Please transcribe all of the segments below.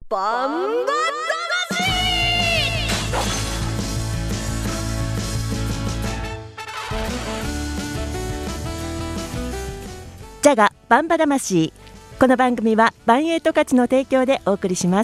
バンバ魂。 ジャガバンバ魂。この番組はバンエイト価値の提供でお送りします。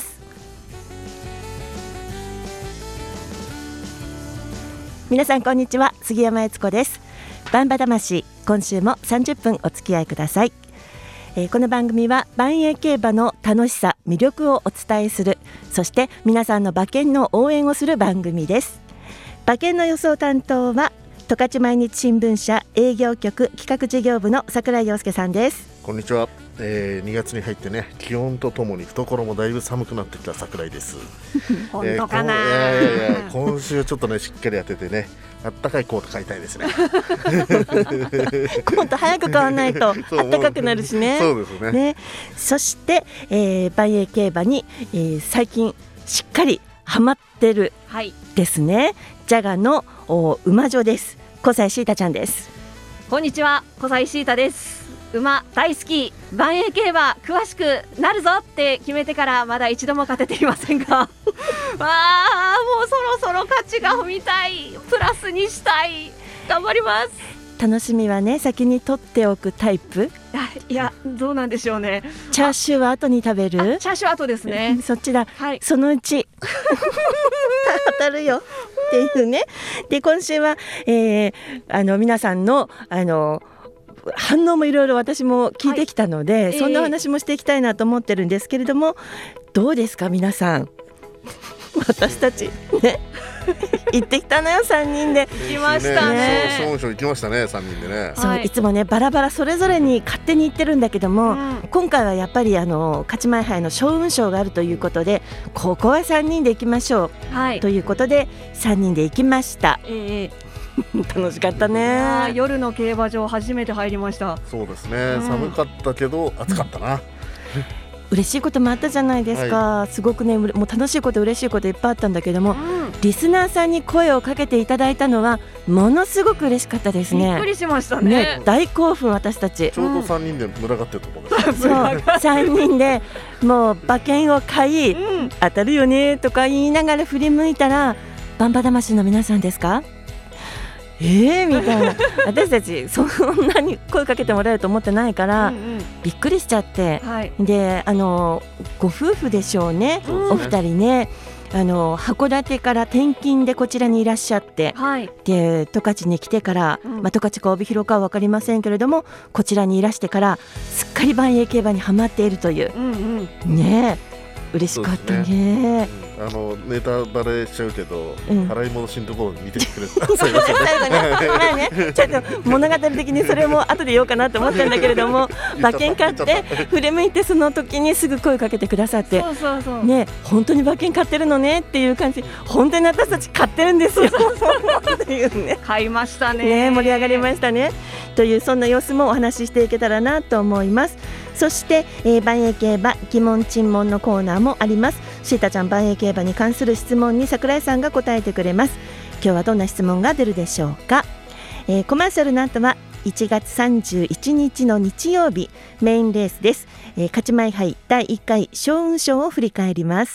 皆さんこんにちは、杉山悦子です。バンバ魂、今週も30分お付き合いください。この番組は万栄競馬の楽しさ魅力をお伝えする、そして皆さんの馬券の応援をする番組です。馬券の予想担当は十勝毎日新聞社営業局企画事業部の櫻井陽介さんです。 こんにちは。2月に入ってね、気温とともに懐もだいぶ寒くなってきた櫻井です。 本当かな。 今週ちょっとねしっかり当ててね、あったかいコート買いたいですね。 コート早く買わないとあったかくなるしね。 そうですね。 そして、万栄競馬に、最近しっかりハマってるですね、ジャガの馬女です。小西シータちゃんです。 こんにちは、小西シータです。馬大好き、万栄競馬詳しくなるぞって決めてからまだ一度も勝てていませんがもうそろそろ勝ちが見たい、プラスにしたい、頑張ります。 楽しみはね、先に取っておくタイプ。 いや、どうなんでしょうね。 チャーシューは後に食べる。 チャーシュー後ですね。 そっちだ、 はい、 そのうち当たるよっていうね。で、今週は、皆さんの反応もいろいろ私も聞いてきたので、そんな話もしていきたいなと思ってるんですけれども、どうですか皆さん。私たちね行ってきたのよ、3人で。 行きましたね。 総務省行きましたね、3人でね。 そう、いつもねバラバラそれぞれに勝手に行ってるんだけども、今回はやっぱり勝ち前杯の勝運賞があるということで、ここは3人で行きましょう、ということで3人で行きました。楽しかったね。 夜の競馬場初めて入りました。 そうですね、寒かったけど暑かったな。 嬉しいこともあったじゃないですか、すごくね、もう楽しいこと嬉しいこといっぱいあったんだけども、リスナーさんに声をかけていただいたのはものすごく嬉しかったですね。 びっくりしましたね。 大興奮、私たちちょうど3人で群がってるところです。 そう、3人でもう馬券を買い、当たるよねとか言いながら振り向いたら、バンバ魂の皆さんですかみたいな。私たちそんなに声かけてもらえると思ってないから、びっくりしちゃって、でご夫婦でしょうね、お二人ね、函館から転勤でこちらにいらっしゃって、で十勝に来てから、十勝か帯広かは分かりませんけれども、こちらにいらしてからすっかり万栄競馬にはまっているという、ねえ、嬉しかったね。 ネタバレしちゃうけど、払い戻しのところ見てくれた最後ね、ちょっと物語的にそれも後で言おうかなと思ったんだけれども馬券買って振り向いて、その時にすぐ声かけてくださって、ね、本当に馬券買ってるのねっていう感じ、本当に私たち買ってるんですよっていうね、 買いましたね。 盛り上がりましたねという、そんな様子もお話ししていけたらなと思います。そして、万栄競馬疑問沈問のコーナーもあります。シータちゃん、万栄競馬に関する質問に櫻井さんが答えてくれます。今日はどんな質問が出るでしょうか。コマーシャルの後は1月31日の日曜日、メインレースです。勝ち前杯第1回勝運賞を振り返ります。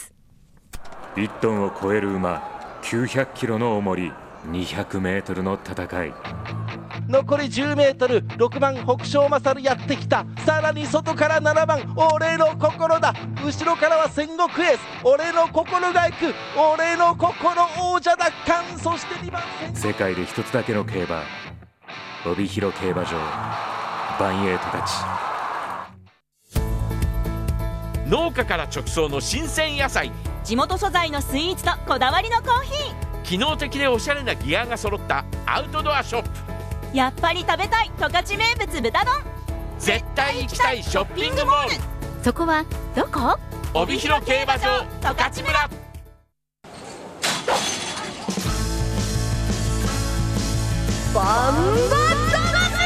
1トンを超える馬、900キロの重り、200メートルの戦い。 残り10メートル、6番北勝勝やってきた。さらに外から7番俺の心だ。後ろからは戦国エース俺の心が行く。俺の心王者奪還。そして2番世界で一つだけの競馬、帯広競馬場、万栄十勝。 農家から直送の新鮮野菜、 地元素材のスイーツとこだわりのコーヒー、 機能的でおしゃれなギアが揃ったアウトドアショップ。 やっぱり食べたい十勝名物豚丼。 絶対行きたいショッピングモール。 そこはどこ？ 帯広競馬場十勝村。 バンバ魂。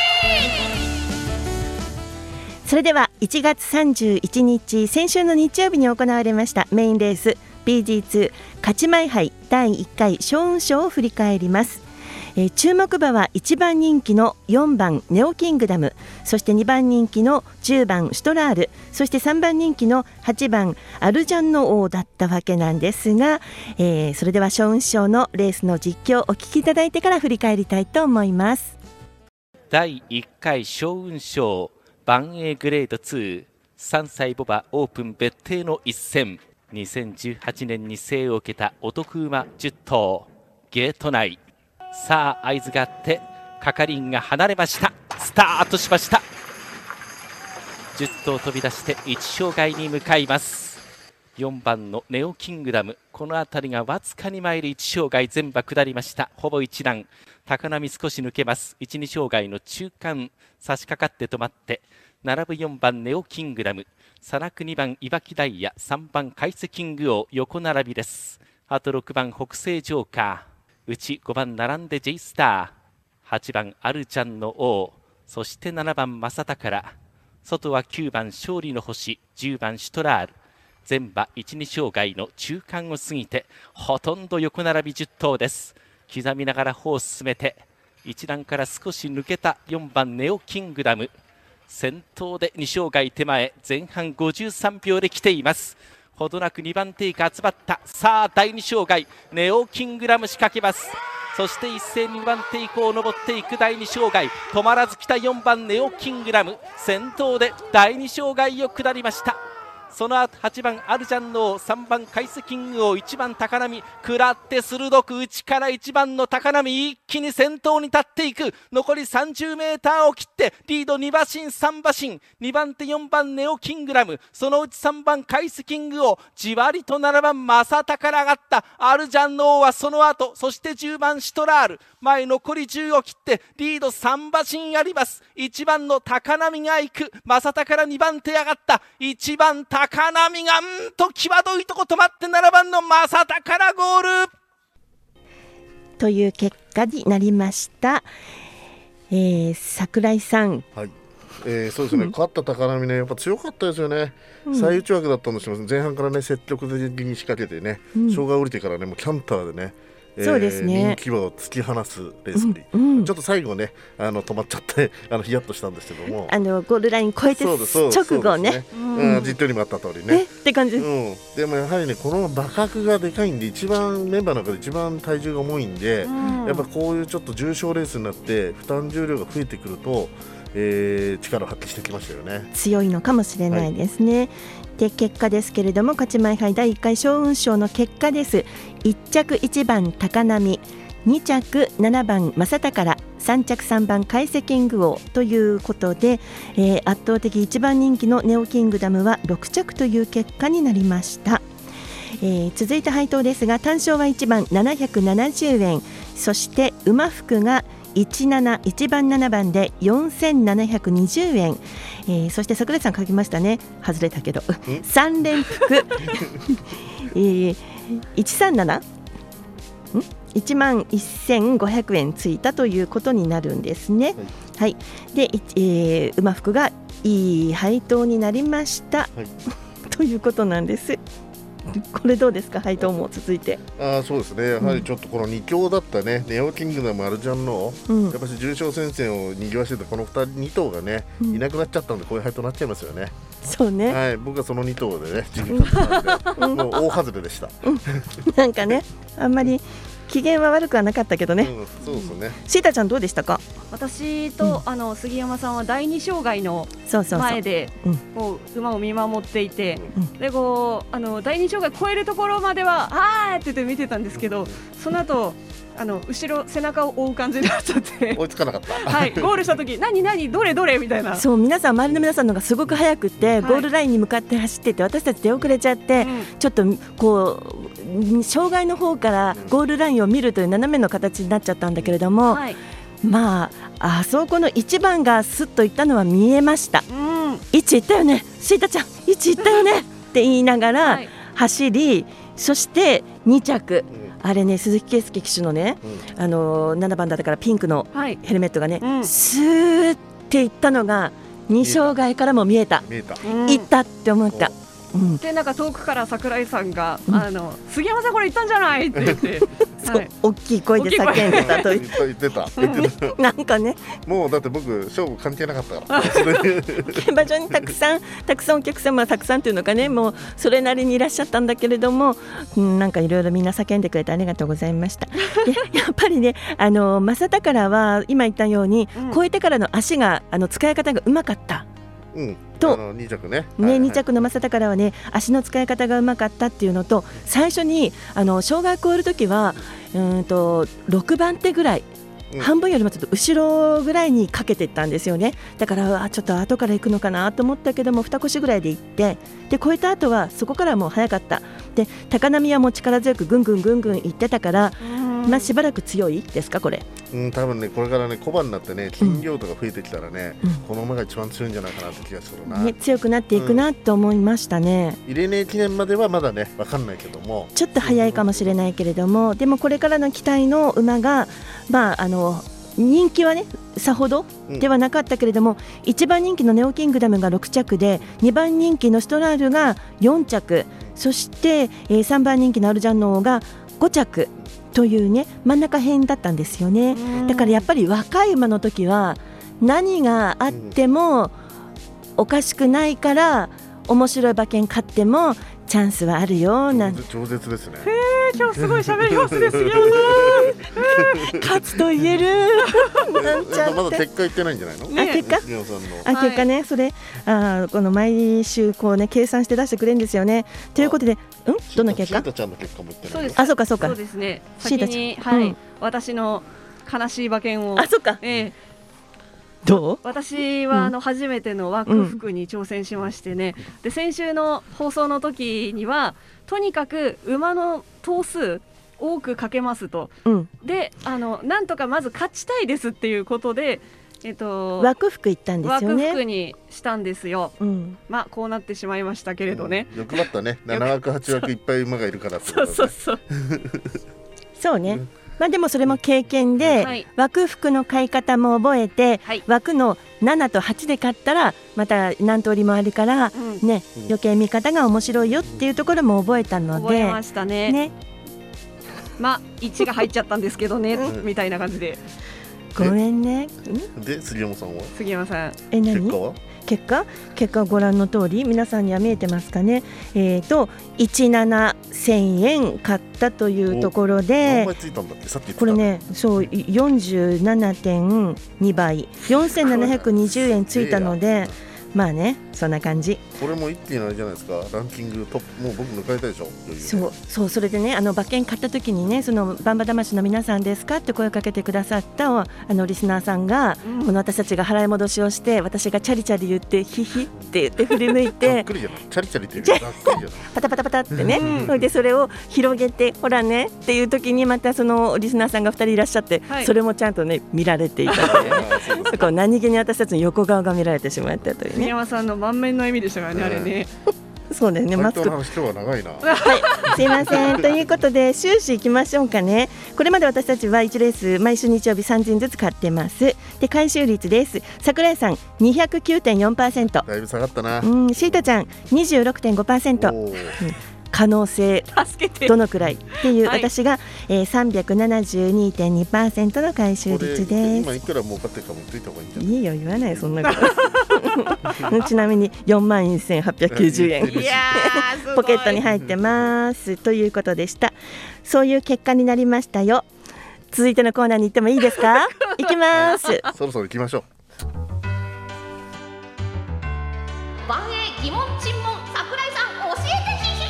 それでは1月31日、先週の日曜日に行われましたメインレース PG2 勝ち前杯第1回勝運賞を振り返ります。 注目馬は1番人気の4番ネオキングダム、そして2番人気の10番シュトラール、そして3番人気の8番アルジャンノ王だったわけなんですが、それでは勝運賞のレースの実況をお聞きいただいてから振り返りたいと思います。 第1回勝運賞万栄グレード2、3歳牡馬オープン別邸の一戦、2018年に生を受けたお得馬10頭、ゲート内、さあ合図があって係員が離れました。スタートしました。10頭飛び出して1勝外に向かいます。4番のネオキングダム、この辺りがわずかにマイル1勝外、全馬下りました。ほぼ一段、高波少し抜けます。1、2勝外の中間差し掛かって止まって並ぶ4番ネオキングダム、さらく2番いばきダイヤ、3番カイスキング王、横並びです。あと6番北西ジョーカー、うち5番並んで J スター、8番アルジャンの王、そして7番正宝、外は9番勝利の星、10番シュトラール、全馬 1、2勝外の中間を過ぎてほとんど横並び10頭です。刻みながら歩を進めて一段から少し抜けた4番ネオキングダム、先頭で2勝外手前、前半53秒で来ています。ほどなく2番手以下集まった。さあ第2勝外ネオキングダム仕掛けます。そして一斉に2番手以降を上っていく第2勝外、止まらず来た4番ネオキングダム、先頭で第2勝外を下りました。その後8番アルジャンノー、3番カイスキング王、1番高波、食らって鋭く内から1番の高波、一気に先頭に立っていく。残り30メーターを切ってリード2馬身3馬身、2番手4番ネオキングダム、そのうち3番カイスキング王、じわりと7番正宝上がった。アルジャンノーはその後、そして10番シュトラール、前残り10を切ってリード3馬身あります。1番の高波が行く。正宝2番手上がった。1番高波が際どいとこ止まって7番の正宝ゴールという結果になりました。桜井さん、 はい、そうですね、勝った高波ね、やっぱ強かったですよね。最内枠だったんですけど、前半からね積極的に仕掛けてね、障害降りてからね、もうキャンターでね、 そうですね、 人気馬を突き放すレースに、ちょっと最後ね止まっちゃってヒヤッとしたんですけども、 ゴールライン越えて直後ね、 実況にもあった通りねって感じです、 でもやはりね、この馬格がでかいんで、一番メンバーの中で一番体重が重いんで、やっぱこういうちょっと重賞レースになって負担重量が増えてくると、力を発揮してきましたよね。 強いのかもしれないですね、はい。で結果ですけれども、勝ち前杯第1回勝運賞の結果です。1着1番高波、2着7番正宝、3着3番カイセキング王ということで、圧倒的1番人気のネオキングダムは6着という結果になりました。続いて配当ですが、単勝は1番770円、そして馬服が1番7番で4720円、そして桜井さん書きましたね、外れたけど3連服137 1万1500円ついたということになるんですね、はい、で、馬服がいい配当になりました、ということなんです。これどうですか、配当も続いて。 そうですね、やはりちょっとこの2強だったね、ネオキングダム、アルジャンの、やっぱり重賞戦線を賑わしてたこの2頭がね、いなくなっちゃったんで、こういう配当になっちゃいますよね。 そうね、 はい、僕はその2頭でね、自分勝ったので、もう大外れでした。 なんかね、あんまり機嫌は悪くはなかったけどね。 そうですね。 シータちゃんどうでしたか。 私と、杉山さんは第2障害の前でこう馬を見守っていて、でこう第2障害超えるところまではあーって言って見てたんですけど、その後後ろ背中を追う感じになっちゃって追いつかなかった、 はい、ゴールした時何どれみたいな。 そう、周りの皆さんのがすごく速くて、ゴールラインに向かって走ってて、私たち出遅れちゃって、ちょっとこう障害の方からゴールラインを見るという斜めの形になっちゃったんだけれども、まあそこの1番がスッといったのは見えました、1いったよね、シータちゃん1いったよねって言いながら走り、そして2着、あれね、鈴木圭介騎手のね、7番だったからピンクのヘルメットがね、スーっていったのが2障害からも見えた、いったって思った。でなんか遠くから桜井さんが、杉山さんこれ行ったんじゃないって言ってそう、大きい声で叫んでたといっぱい言ってたなんかね、 もうだって僕勝負関係なかったから競馬場にたくさんお客様たくさんというのかね、もうそれなりにいらっしゃったんだけれども、なんかいろいろみんな叫んでくれてありがとうございましたでやっぱりね、正宝は今言ったように、超えてからの足が使い方がうまかった、と 2着ね、 2着の正宝はね、足の使い方がうまかったっていうのと、最初に障害を越えるときは6番手ぐらい、半分よりもちょっと後ろぐらいにかけていったんですよね。だからちょっと後から行くのかなと思ったけども、2腰ぐらいで行って、で越えた後はそこからもう早かった。で高波はもう力強くぐんぐん行ってたから、しばらく強いですかこれ。 多分ね、これからね小判になってね、金量とか増えてきたらね、この馬が一番強いんじゃないかなって気がするな、 強くなっていくなと思いましたね。 イレネー記念まではまだね分かんないけども、 ちょっと早いかもしれないけれども、でもこれからの期待の馬が人気はねさほどではなかったけれども、1番人気のネオキングダムが6着で、2番人気のストラールが4着、そして、3番人気のアルジャンノーが5着というね、真ん中辺だったんですよね。だからやっぱり若い馬の時は何があってもおかしくないから、面白い馬券買ってもチャンスはあるよなんて。 超絶ですね。 今日すごい喋りますですよ勝つと言えるなんちゃって。 まだ結果言ってないんじゃないの？ 結果ね、それこの毎週こうね計算して出してくれるんですよね。ということで、どんな結果？ シータちゃんの結果も言ってない。 そうかそうですね。先に私の悲しい馬券を。 そうか。どう？ 私は初めての枠服に挑戦しましてね、で先週の放送の時にはとにかく馬の頭数多くかけますと、でなんとかまず勝ちたいですっていうことで、 枠服行ったんですよね。 枠服にしたんですよ、こうなってしまいましたけれどね、 欲張ったね。7枠8枠いっぱい馬がいるからってことそうそうね、でもそれも経験で、枠服の買い方も覚えて、枠の7と8で買ったらまた何通りもあるから、余計見方が面白いよっていうところも覚えたので、 覚えましたね。1が入っちゃったんですけどねみたいな感じで。 ごめんね。 で杉山さんは？ 杉山さん、 何？ 結果は？ 結果はご覧の通り、皆さんには見えてますかね。17,000円買ったというところで、これね、そう 47.2 倍4720円ついたので、そんな感じ。 これも一気にあれじゃないですか、ランキングトップ、もう僕抜かれたでしょ。 それでね、馬券買った時にね、そのバンバ魂の皆さんですかって声をかけてくださったリスナーさんが、この私たちが払い戻しをして、私がチャリチャリ言ってヒヒって言って振り向いてざっくりじゃない、チャリチャリって言うざっくりじゃないパタパタパタってね、でそれを広げて、ほらねっていう時にまたそのリスナーさんが2人いらっしゃって、それもちゃんとね見られていたというねこう何気に私たちの横顔が見られてしまったというね。 杉山さんの満面の笑みでしたからね、あれね。 そうだよね、マスク。 今日は長いな。 すいませんということで終始いきましょうかね。これまで私たちは1レース毎週日曜日3陣ずつ買ってます。で回収率です。桜井さん 209.4%、 だいぶ下がったな。 シータちゃん 26.5%、可能性どのくらいっていう、私が、372.2% の回収率です。 今いくら儲かってるかも言っといた方がいいんじゃない？ いいよ、言わないそんなことちなみに41,890円いやポケットに入ってますということでした。そういう結果になりましたよ。続いてのコーナーに行ってもいいですか？行きますそろそろ行きましょう。 万栄疑問尋問、桜井さん教えてひひ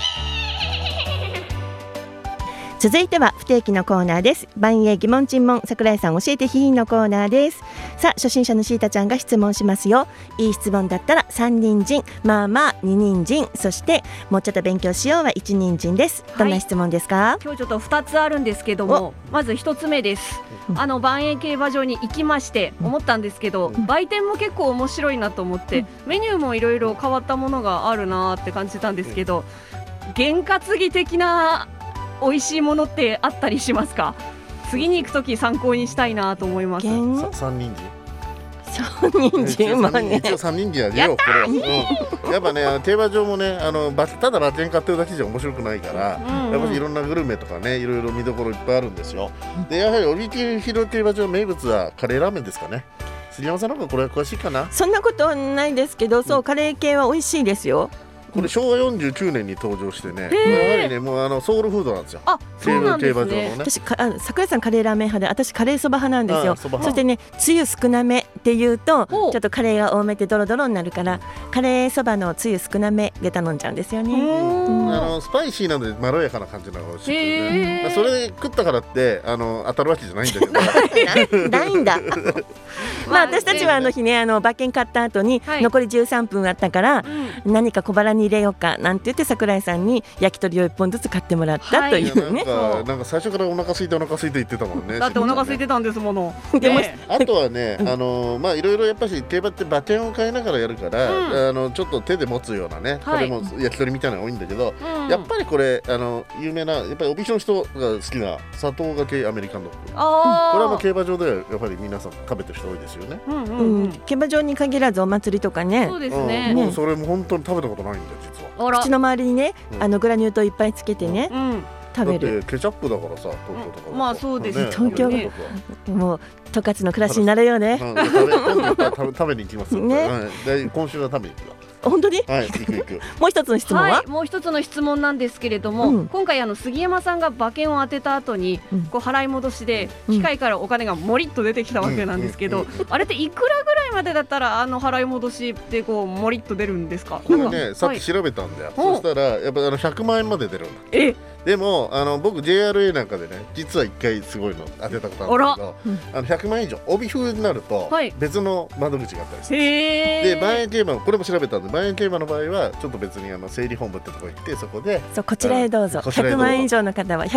続いては不定期のコーナーです。万栄疑問尋問、桜井さん教えてひーのコーナーです。さあ初心者のシータちゃんが質問しますよ。いい質問だったら3人参、2人参、そしてもうちょっと勉強しようは1人参です。どんな質問ですか？ 今日ちょっと2つあるんですけども、まず1つ目です。万栄競馬場に行きまして思ったんですけど、売店も結構面白いなと思って、メニューもいろいろ変わったものがあるなって感じたんですけど、験担ぎ的な美味しいものってあったりしますか？次に行くとき参考にしたいなと思います。 三人少人数もね一応3人でやるよこれは、やっぱね競馬場もねただ馬券買ってるだけじゃ面白くないから、やっぱりいろんなグルメとかねいろいろ見どころいっぱいあるんですよ。でやはり帯広競馬場名物はカレーラーメンですかね。杉山さんの方がこれは詳しいかな。 そんなことないですけど、そうカレー系は美味しいですよ。 これ昭和49年に登場してね、やはりねもうソウルフードなんですよ。 あ、そうなんですね。 競馬場のね。 私桜井さんカレーラーメン派で、私カレーそば派なんですよ。 そしてねつゆ少なめっていうとちおょっとカレーが多めでドロドロになるから、カレーそばのつゆ少なめで頼んじゃうんですよね。 スパイシーなのでまろやかな感じなのが美味しくてね、それで食ったからって当たるわけじゃないんだけどないんだまあ私たちはあの日ね馬券買った後に残り13分あったから、何か小腹に入れようかなんて言って桜井さんに焼き鳥を1本ずつ買ってもらったというね。 なんか最初からお腹空いて言ってたもんね。 だってお腹空いてたんですもの。 でもあとはねまあいろいろやっぱり競馬って馬券を買いながらやるから、ちょっと手で持つようなね食べ物、焼き鳥みたいなのが多いんだけど、やっぱりこれ有名なやっぱり帯広の人が好きな砂糖がけアメリカンドッグ、これはもう競馬場ではやっぱり皆さん食べてる人多いですよね。 競馬場に限らずお祭りとかね。 そうですね。 もうそれも本当に食べたことないんだよ実は。 口の周りにねグラニュー糖いっぱいつけてね食べる。 だってケチャップだからさ、東京とか。 まあそうですね。 東京もう十勝の暮らしになるよね。 食べに行きますね。 今週は食べに行く。 本当に？ はい、行く。 もう一つの質問は？ もう一つの質問なんですけれども、今回杉山さんが馬券を当てた後にこう払い戻しで機械からお金がもりっと出てきたわけなんですけど、あれっていくらぐらいまでだったら払い戻しでこうもりっと出るんですか？ これね、さっき調べたんだよ。そしたらやっぱ100万円まで出るんだ。でも僕 JRA なんかでね実は1回すごいの当てたことあるんだけど、100万円以上帯風になると別の窓口があったりする。で万円競馬これも調べたんで、万円競馬の場合はちょっと別に整理本部ってとこ行って、そこでこちらへどうぞ。100万円以上の方は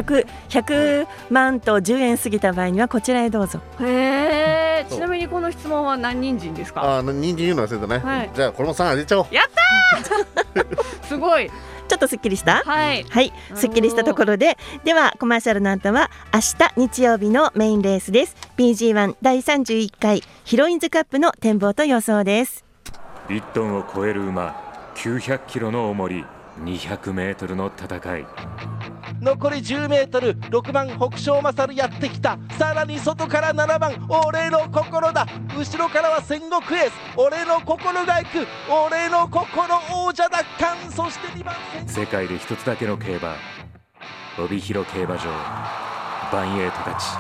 100万と10円過ぎた場合にはこちらへどうぞ。 ちなみにこの質問は何人参ですか？ 人参言うの忘れたね。じゃあこれも3当てちゃおう。 やったーすごい。 ちょっとすっきりした？ はい、 すっきりしたところで、ではコマーシャルの後は明日日曜日のメインレースです。 BG1 第31回ヒロインズカップの展望と予想です。 1トンを超える馬、900キロの重り、200メートルの戦い。 残り10メートル、6番北勝勝やってきた。さらに外から7番俺の心だ。後ろからは戦国エース俺の心が行く。俺の心王者奪還。そして2番世界で一つだけの競馬、帯広競馬場バンエイトたち。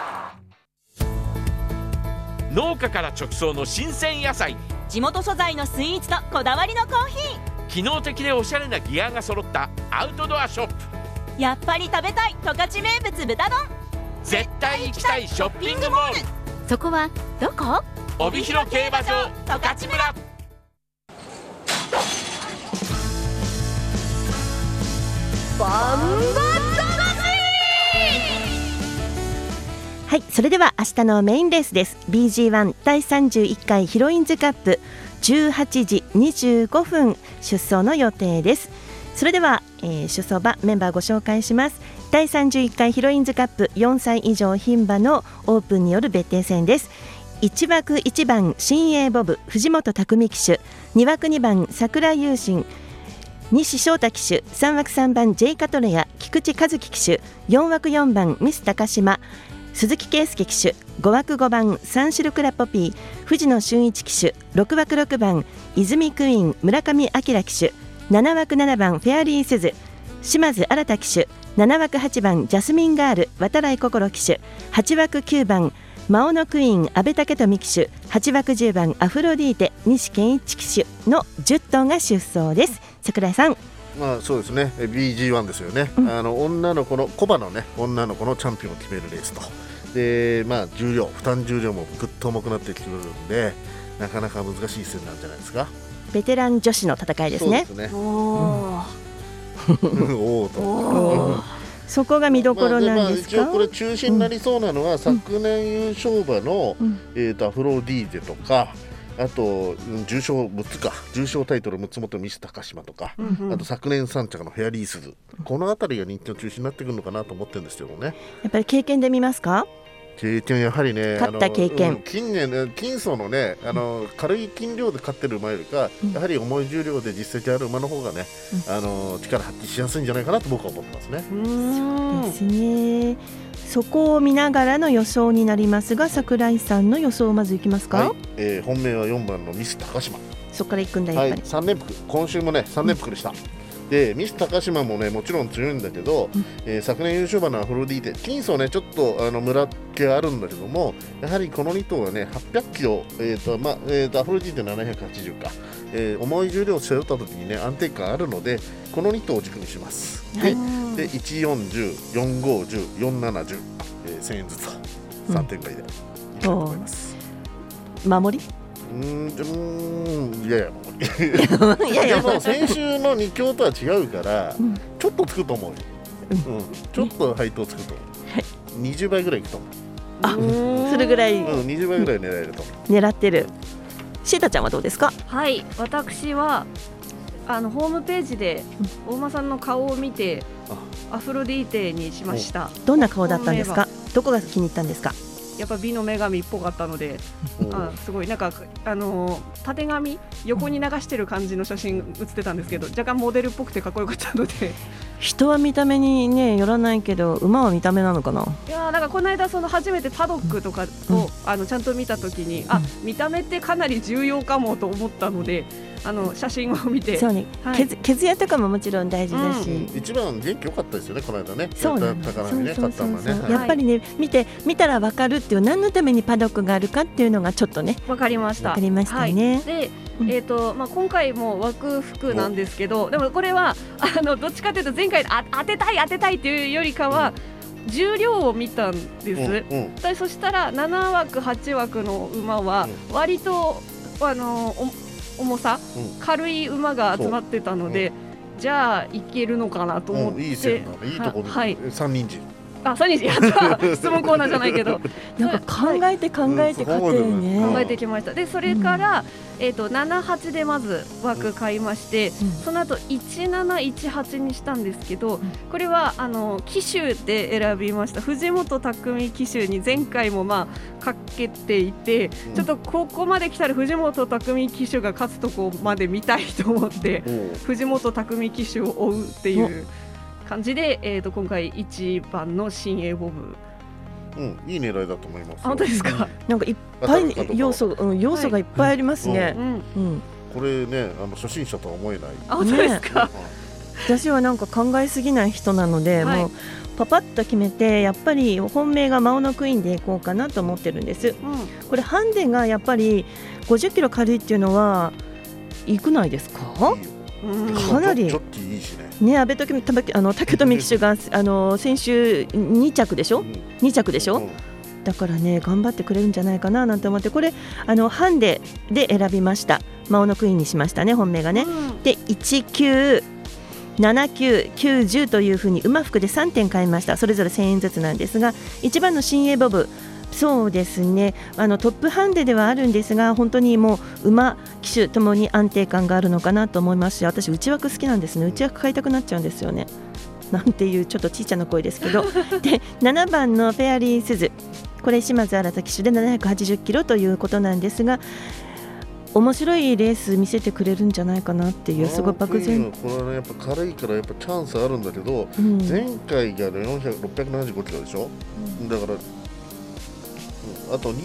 農家から直送の新鮮野菜、 地元素材のスイーツとこだわりのコーヒー、 機能的でおしゃれなギアが揃ったアウトドアショップ。 やっぱり食べたい十勝名物豚丼。 絶対行きたいショッピングモール。 そこはどこ？ 帯広競馬場十勝村。 はい、それでは明日のメインレースです。 BG1 第31回ヒロインズカップ18時25分出走の予定です。それでは、出走馬メンバーご紹介します。第31回ヒロインズカップ4歳以上牝馬のオープンによる別定戦です。1枠1番新鋭ボブ藤本匠騎手、2枠2番桜優心西翔太騎手、3枠3番 J カトレア菊池和樹騎手、4枠4番ミス高島鈴木圭介騎手、5枠5番サンシルクラポピー藤野俊一騎手、6枠6番泉クイーン村上明騎手、7枠7番フェアリースズ島津新騎手、7枠8番ジャスミンガール渡来心騎手、8枠9番マオノクイーン阿部武富騎手、8枠10番アフロディーテ西健一騎手の10頭が出走です。櫻井さん。 そうですね、 BG1 ですよね、女の子の小馬のね女の子のチャンピオンを決めるレースとで、重量負担重量もぐっと重くなってきてくるんで、なかなか難しい一戦なんじゃないですか。 ベテラン女子の戦いですね。 そうですね。 おーとそこが見どころなんですか。 一応これ中心になりそうなのは、昨年優勝馬の、アフロディーゼとか、あと重賞タイトル6つ持ってるミス高島とか、あと昨年3着のフェアリースズ、このあたりが人気の中心になってくるのかなと思ってるんですけどね。 やっぱり経験で見ますか。 経験やはりね、 勝った経験、 近年金層のね軽い斤量で勝ってる馬よりか、やはり重い重量で実績ある馬の方がね、力発揮しやすいんじゃないかなと僕は思ってますね。 そうですね。そこを見ながらの予想になりますが、櫻井さんの予想をまずいきますか。 はい、本命は4番のミス高島。 そこから行くんだやっぱり、 3連複、今週もね3連複でした。でミス高島もねもちろん強いんだけど、昨年優勝馬のアフロディーテ、金層ねちょっとムラっ気があるんだけども、やはりこの2頭はね800キロ、アフロディーテ780か、重い重量を背負った時にね安定感あるので、この2頭を軸にします。で1410、4510、4710、1000円ずつ3点買いでいきたいと思います。 守りいやいやでも先週の2強とは違うから、ちょっとつくと思うよ、ちょっと配当つくと思う、20倍ぐらいいくと思う。 それぐらい、 20倍ぐらい狙えると思う。 狙ってる。シータちゃんはどうですか。 はい、私はホームページで大間さんの顔を見てアフロディーテにしました。 どんな顔だったんですか。どこが気に入ったんですか。 やっぱ美の女神っぽかったので、すごいなんかたてがみ横に流してる感じの写真写ってたんですけど、若干モデルっぽくてかっこよかったので。 人は見た目にねよらないけど、馬は見た目なのかな。 いやなんかこの間初めてパドックとかを、ちゃんと見たときに、見た目ってかなり重要かもと思ったので、写真を見て、 そうね、毛艶とかももちろん大事だし、 一番元気良かったですよねこの間ね。 そうなんだ。やっぱりね見たら分かるっていう、何のためにパドックがあるかっていうのがちょっとね分かりました。 分かりましたね。 で今回も枠服なんですけど、でもこれはどっちかというと前回当てたいっていうよりかは、重量を見たんです。そしたら7枠8枠の馬は割と重さ、軽い馬が集まってたので、じゃあいけるのかなと思って、 いい線だね、いいところで、3人陣 3人やった質問コーナーじゃないけどなんか考えて勝てるね。 考えてきました。でそれから、7、8でまず枠買いまして、その後17、18にしたんですけど、これは騎手で選びました。藤本匠騎手に前回もかけていて、ちょっとここまで来たら藤本匠騎手が勝つとこまで見たいと思って、藤本匠騎手を追うっていう感じで、今回1番の新鋭ボブ、 いい狙いだと思います。 本当ですか。 なんかいっぱい要素がいっぱいありますね。 これね初心者とは思えない。 本当ですか。 私はなんか考えすぎない人なので、もうパパッと決めて、やっぱり本命がマオノクイーンでいこうかなと思ってるんです。これハンデがやっぱり50キロ軽いっていうのはいくないですか。かなりちょっといいしね。 安倍武富騎手が先週2着でしょ、2着でしょ、だからね頑張ってくれるんじゃないかななんて思って、これハンデで選びました。マオノクイーンにしましたね、本命がね。で19、79、90というふうに馬服で3点買いました。それぞれ1000円ずつなんですが、1番の新鋭ボブ、そうですね、トップハンデではあるんですが、本当にもう馬騎手ともに安定感があるのかなと思いますし、私内枠好きなんですね。内枠買いたくなっちゃうんですよね、なんていうちょっとちいちゃな声ですけどで7番のフェアリースズ、これ島津新騎手で780キロということなんですが、面白いレース見せてくれるんじゃないかなっていう、すごい漠然。 これはねやっぱ軽いからやっぱチャンスあるんだけど、前回が675キロでしょ、だからあと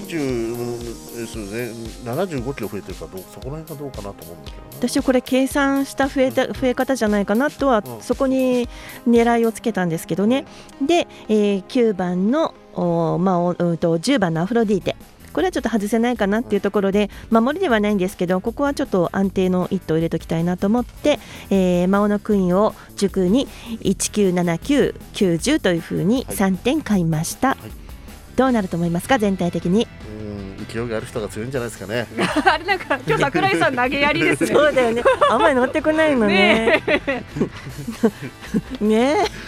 75キロ増えてるかどうか、そこら辺がどうかなと思うんだけど、 私はこれ計算した増え方じゃないかなとは、そこに狙いをつけたんですけどね。で、9番の10番のアフロディーテ、これはちょっと外せないかなっていうところで、守りではないんですけど、ここはちょっと安定の一頭を入れときたいなと思って、マオノクイーンを軸に1979、90というふうに3点買いました。どうなると思いますか、全体的に。 勢いがある人が強いんじゃないですかねあれなんか今日櫻井さん投げやりですね。 そうだよね、あんまり乗ってこないのねね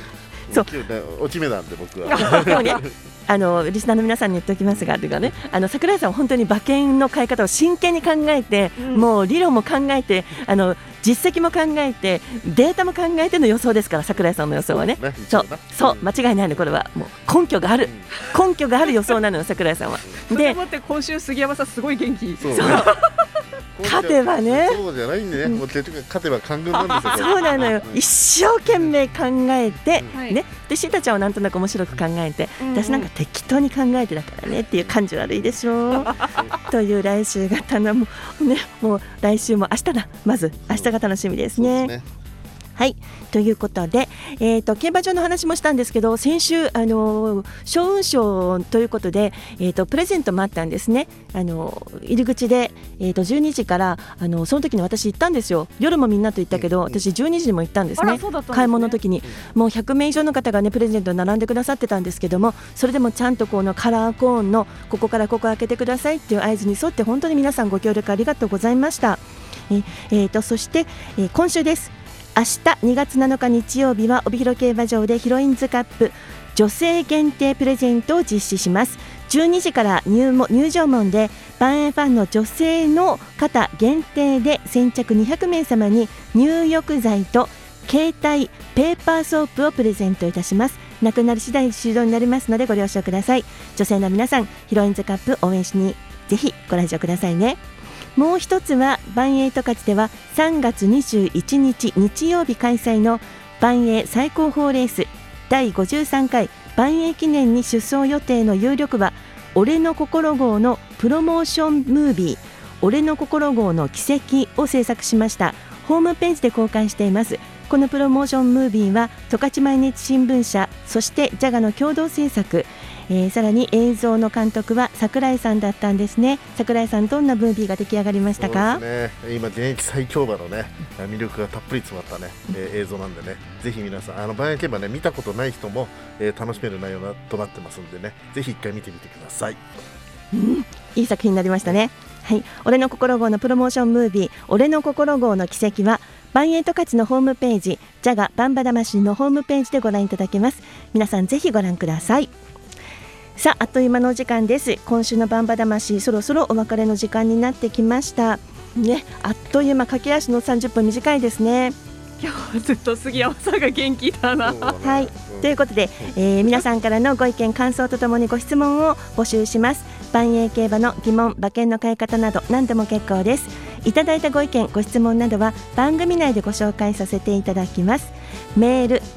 そう今日ね落ち目なんで僕はでもねリスナーの皆さんに言っておきますが、櫻井さんは本当に馬券の買い方を真剣に考えて、もう理論も考えて実績も考えてデータも考えての予想ですから、櫻井さんの予想はね。そう間違いないの、これはもう根拠がある予想なのよ、櫻井さんは。 でもって今週杉山さんすごい元気。 そう勝てばね、 そうじゃないんでね、もう結局勝てば官軍なんですよ。 そうなのよ、一生懸命考えて、ね、でシータちゃんはなんとなく面白く考えて、私なんか適当に考えてだからねっていう感じ悪いでしょという来週がもう来週も明日だ、まず明日が楽しみですね。はい、ということで、競馬場の話もしたんですけど、先週勝運賞ということで、プレゼントもあったんですね。入り口で、12時からその時に私行ったんですよ。夜もみんなと行ったけど、私12時にも行ったんですね。買い物の時にもう100名以上の方がねプレゼントに並んでくださってたんですけども、それでもちゃんとこのカラーコーンのここからここ開けてくださいっていう合図に沿って本当に皆さんご協力ありがとうございました。そして、今週です。明日2月7日日曜日は帯広競馬場でヒロインズカップ女性限定プレゼントを実施します。12時から入場門で万円ファンの女性の方限定で先着200名様に入浴剤と携帯ペーパーソープをプレゼントいたします。なくなり次第終了になりますのでご了承ください。女性の皆さん、ヒロインズカップ応援しにぜひご来場くださいね。もう一つはバンエイト勝ちでは3月21日日曜日開催のバンエイ最高峰レース第53回バンエイ記念に出走予定の有力馬俺の心号のプロモーションムービー俺の心号の奇跡を制作しました。ホームページで公開しています。このプロモーションムービーは十勝毎日新聞社そしてジャガの共同制作、さらに映像の監督は櫻井さんだったんですね。櫻井さん、どんなムービーが出来上がりましたか？ そうですね、今現役最強馬のね魅力がたっぷり詰まったね、映像なんでね、ぜひ皆さんバンエイ競馬ね見たことない人も、楽しめる内容となってますんでね、ぜひ一回見てみてください。 いい作品になりましたね。はい、俺の心号のプロモーションムービー俺の心号の奇跡はバンエイト勝ちのホームページジャガバンバ魂のホームページでご覧いただけます。皆さんぜひご覧ください。さあ、あっという間のお時間です。今週のバンバ魂そろそろお別れの時間になってきましたね。あっという間、駆け足の30分短いですね。 今日はずっと杉山さんが元気だな。 はい、ということで、皆さんからのご意見感想とともにご質問を募集します。万栄競馬の疑問馬券の買い方など何でも結構です。いただいたご意見ご質問などは番組内でご紹介させていただきます。メール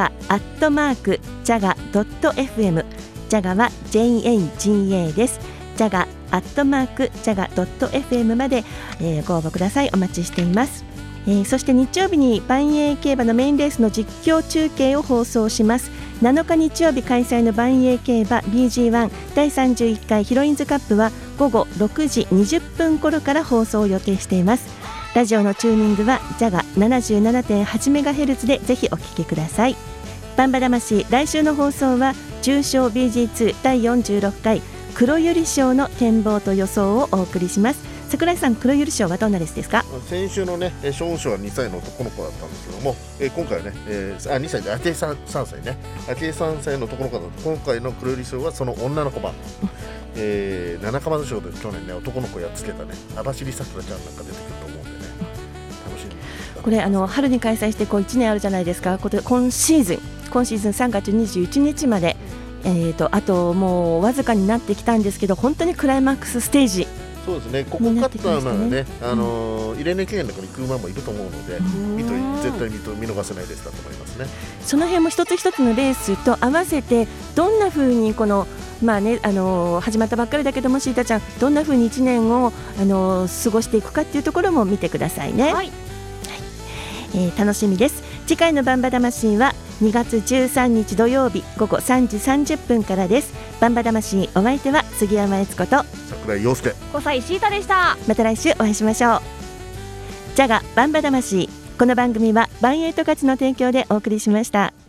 jaga@jaga.fm ジャガは JAGA です。ジャガ@jaga.fm まで、ご応募ください。お待ちしています。そして日曜日に万栄競馬のメインレースの実況中継を放送します。7日日曜日開催の万栄競馬 BG1 第31回ヒロインズカップは午後6時20分頃から放送を予定しています。ラジオのチューニングはジャガ 77.8MHz でぜひお聞きください。バンバ魂、来週の放送は重賞 BG2 第46回黒百合賞の展望と予想をお送りします。櫻井さん、黒百合賞はどんなレースですか？ 先週のね勝運賞は2歳の男の子だったんですけども、今回はね、2歳で明恵3歳ね、明恵3歳の男の子だった。今回の黒百合賞はその女の子版、七かまず賞で去年ね男の子やっつけたね網走さくらちゃんなんか出てくると思うんでね、楽しみに。 これ春に開催して1年あるじゃないですか。今シーズン3月21日まで、あともうわずかになってきたんですけど、本当にクライマックスステージ。 そうですね、ここ勝った馬がね、イレネ記念の中に行く馬もいると思うので、絶対見逃せないレースだと思いますね。 その辺も一つ一つのレースと合わせてどんな風にこの始まったばっかりだけども、シータちゃんどんな風に1年を過ごしていくかっていうところも見てくださいね。はい楽しみです。次回のバンバ魂は2月13日土曜日午後3時30分からです。バンバ魂、お相手は杉山悦子と櫻井陽介、 小西シータでした。 また来週お会いしましょう。ジャガバンバ魂、この番組はバンエイト勝ちの提供でお送りしました。